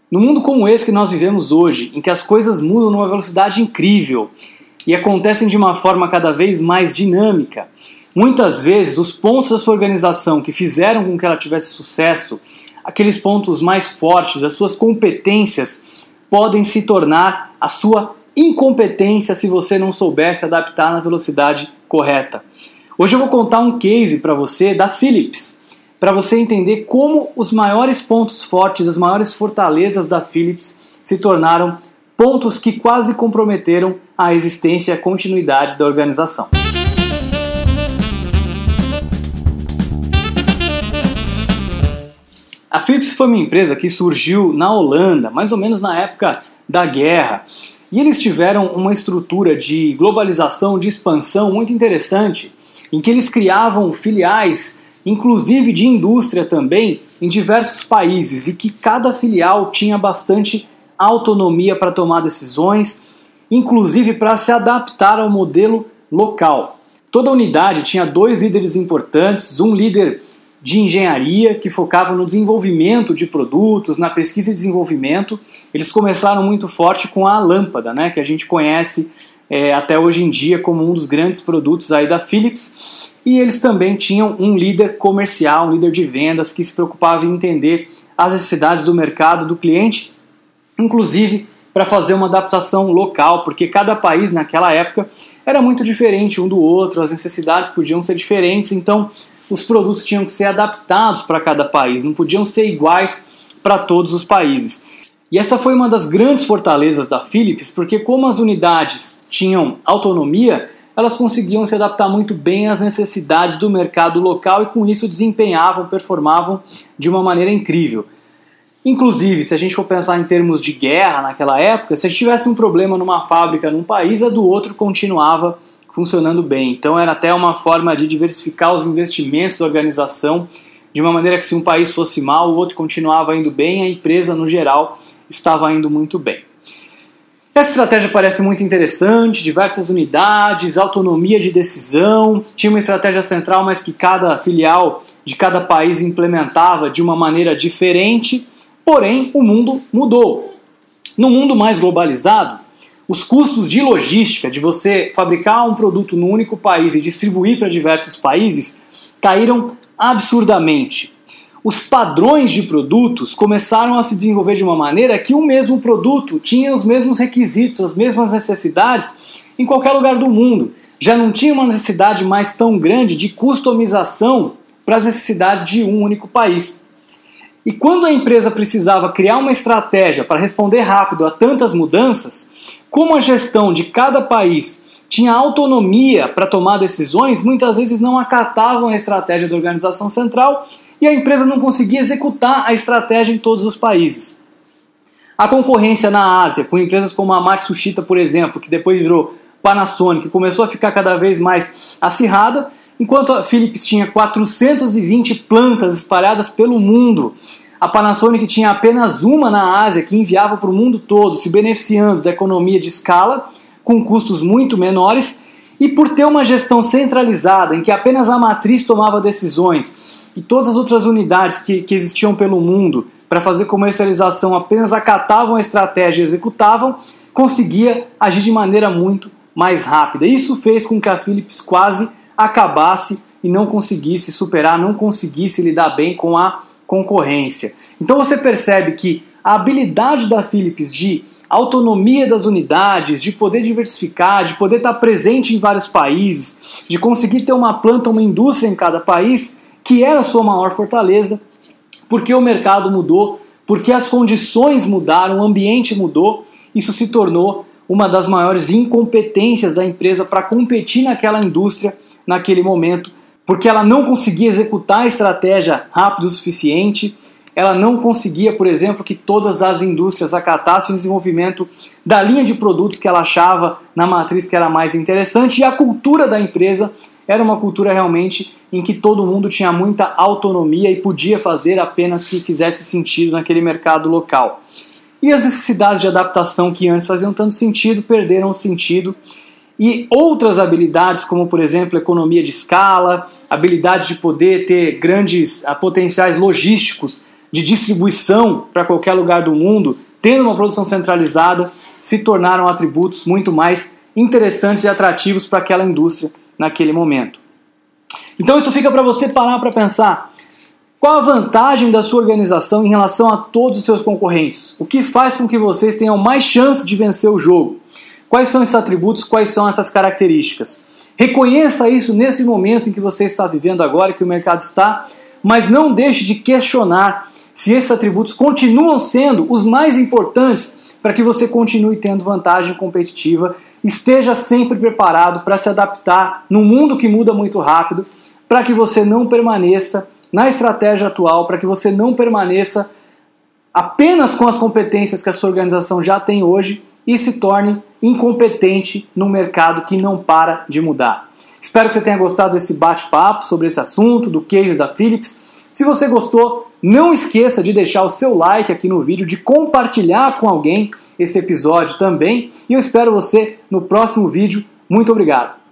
No mundo como esse que nós vivemos hoje, em que as coisas mudam numa velocidade incrível e acontecem de uma forma cada vez mais dinâmica, muitas vezes os pontos da sua organização que fizeram com que ela tivesse sucesso, aqueles pontos mais fortes, as suas competências, podem se tornar a sua incompetência se você não souber se adaptar na velocidade correta. Hoje eu vou contar um case para você da Philips, para você entender como os maiores pontos fortes, as maiores fortalezas da Philips se tornaram pontos que quase comprometeram a existência e a continuidade da organização. A Philips foi uma empresa que surgiu na Holanda, mais ou menos na época da guerra, e eles tiveram uma estrutura de globalização, de expansão muito interessante, em que eles criavam filiais, inclusive de indústria também, em diversos países, e que cada filial tinha bastante autonomia para tomar decisões, inclusive para se adaptar ao modelo local. Toda unidade tinha 2 líderes importantes, um líder de engenharia que focava no desenvolvimento de produtos, na pesquisa e desenvolvimento. Eles começaram muito forte com a lâmpada, né, que a gente conhece até hoje em dia como um dos grandes produtos aí da Philips. E eles também tinham um líder comercial, um líder de vendas que se preocupava em entender as necessidades do mercado, do cliente, inclusive para fazer uma adaptação local, porque cada país naquela época era muito diferente um do outro, as necessidades podiam ser diferentes, então os produtos tinham que ser adaptados para cada país, não podiam ser iguais para todos os países. E essa foi uma das grandes fortalezas da Philips, porque como as unidades tinham autonomia, elas conseguiam se adaptar muito bem às necessidades do mercado local e com isso desempenhavam, performavam de uma maneira incrível. Inclusive, se a gente for pensar em termos de guerra naquela época, se a gente tivesse um problema numa fábrica num país, a do outro continuava funcionando bem. Então era até uma forma de diversificar os investimentos da organização, de uma maneira que se um país fosse mal, o outro continuava indo bem, a empresa no geral estava indo muito bem. Essa estratégia parece muito interessante, diversas unidades, autonomia de decisão, tinha uma estratégia central, mas que cada filial de cada país implementava de uma maneira diferente, porém o mundo mudou. No mundo mais globalizado, os custos de logística, de você fabricar um produto num único país e distribuir para diversos países, caíram absurdamente. Os padrões de produtos começaram a se desenvolver de uma maneira que o mesmo produto tinha os mesmos requisitos, as mesmas necessidades em qualquer lugar do mundo. Já não tinha uma necessidade mais tão grande de customização para as necessidades de um único país. E quando a empresa precisava criar uma estratégia para responder rápido a tantas mudanças, como a gestão de cada país tinha autonomia para tomar decisões, muitas vezes não acatavam a estratégia da organização central e a empresa não conseguia executar a estratégia em todos os países. A concorrência na Ásia, com empresas como a Matsushita, por exemplo, que depois virou Panasonic, começou a ficar cada vez mais acirrada, enquanto a Philips tinha 420 plantas espalhadas pelo mundo. A Panasonic tinha apenas uma na Ásia que enviava para o mundo todo, se beneficiando da economia de escala, com custos muito menores, e por ter uma gestão centralizada, em que apenas a matriz tomava decisões, e todas as outras unidades que existiam pelo mundo para fazer comercialização apenas acatavam a estratégia e executavam, conseguia agir de maneira muito mais rápida. Isso fez com que a Philips quase acabasse e não conseguisse superar, não conseguisse lidar bem com a concorrência. Então você percebe que a habilidade da Philips de autonomia das unidades, de poder diversificar, de poder estar presente em vários países, de conseguir ter uma planta, uma indústria em cada país, que era a sua maior fortaleza, porque o mercado mudou, porque as condições mudaram, o ambiente mudou, isso se tornou uma das maiores incompetências da empresa para competir naquela indústria naquele momento, porque ela não conseguia executar a estratégia rápido o suficiente, ela não conseguia, por exemplo, que todas as indústrias acatassem o desenvolvimento da linha de produtos que ela achava na matriz que era mais interessante, e a cultura da empresa era uma cultura realmente em que todo mundo tinha muita autonomia e podia fazer apenas se fizesse sentido naquele mercado local. E as necessidades de adaptação que antes faziam tanto sentido, perderam o sentido. E outras habilidades, como por exemplo economia de escala, habilidade de poder ter grandes potenciais logísticos de distribuição para qualquer lugar do mundo, tendo uma produção centralizada, se tornaram atributos muito mais interessantes e atrativos para aquela indústria naquele momento. Então isso fica para você parar para pensar. Qual a vantagem da sua organização em relação a todos os seus concorrentes? O que faz com que vocês tenham mais chance de vencer o jogo? Quais são esses atributos? Quais são essas características? Reconheça isso nesse momento em que você está vivendo agora, que o mercado está, mas não deixe de questionar se esses atributos continuam sendo os mais importantes para que você continue tendo vantagem competitiva. Esteja sempre preparado para se adaptar num mundo que muda muito rápido, para que você não permaneça na estratégia atual, para que você não permaneça apenas com as competências que a sua organização já tem hoje e se torne incompetente num mercado que não para de mudar. Espero que você tenha gostado desse bate-papo sobre esse assunto, do case da Philips. Se você gostou, não esqueça de deixar o seu like aqui no vídeo, de compartilhar com alguém esse episódio também. E eu espero você no próximo vídeo. Muito obrigado!